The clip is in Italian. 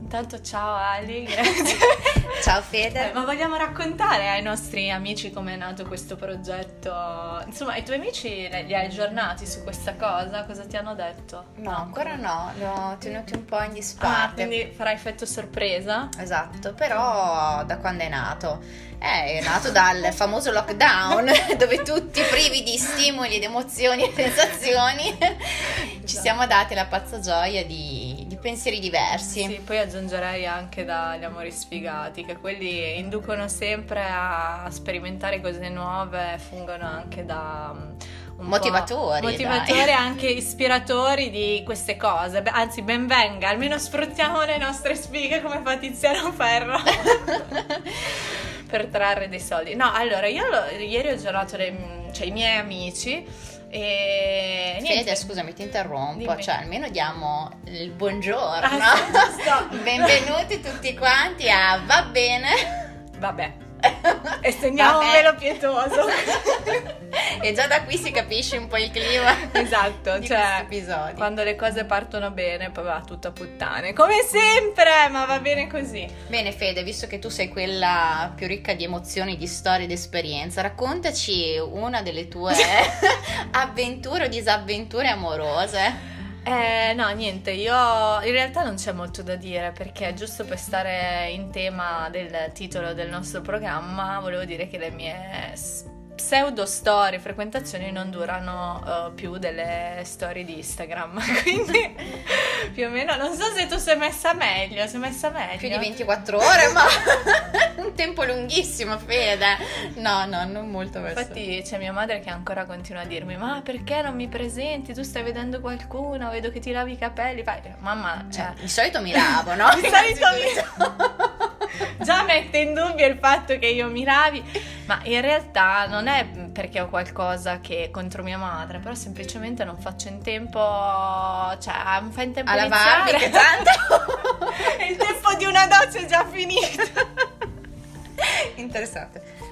intanto ciao Ali. Ciao Fede. Ma vogliamo raccontare ai nostri amici come è nato questo progetto? Insomma, i tuoi amici li hai aggiornati su questa cosa? Cosa ti hanno detto? No, ancora no, li ho tenuti un po' in disparte. Quindi farai effetto sorpresa? Esatto, però da quando è nato? È nato dal famoso lockdown, dove tutti privi di stimoli ed emozioni e sensazioni ci siamo dati la pazza gioia di pensieri diversi. Sì, poi aggiungerei anche dagli amori sfigati, che quelli inducono sempre a sperimentare cose nuove, fungono anche da motivatori e anche ispiratori di queste cose. Anzi, ben venga, almeno sfruttiamo le nostre sfighe come fa Tiziano Ferro per trarre dei soldi. No, allora io ieri ho girato i miei amici e niente. Fede, scusami, ti interrompo. Dimmi. Cioè, almeno diamo il buongiorno. Sì, Benvenuti tutti quanti a Va Bene. Vabbè. Estendiamo un velo pietoso. E già da qui si capisce un po' il clima. Esatto, di cioè questi episodi. quando le cose partono bene poi va tutto a puttane, come sempre, ma va bene così. Bene Fede, visto che tu sei quella più ricca di emozioni, di storie ed esperienza, raccontaci una delle tue avventure o disavventure amorose. No, niente, io in realtà non c'è molto da dire, perché giusto per stare in tema del titolo del nostro programma volevo dire che le mie pseudo storie, frequentazioni non durano più delle storie di Instagram, quindi più o meno, non so se tu sei messa meglio. Più di 24 ore, ma un tempo lunghissimo, Fede. No, non molto verso. Infatti c'è mia madre che ancora continua a dirmi: ma perché non mi presenti? Tu stai vedendo qualcuno, vedo che ti lavi i capelli. Mamma, cioè, di solito mi lavo, no? Di solito già mette in dubbio il fatto che io mi lavi, ma in realtà non è perché ho qualcosa che contro mia madre, però semplicemente non faccio in tempo, cioè non fa in tempo a iniziare. lavarmi, che tanto il tempo di una doccia è già finito. Interessante.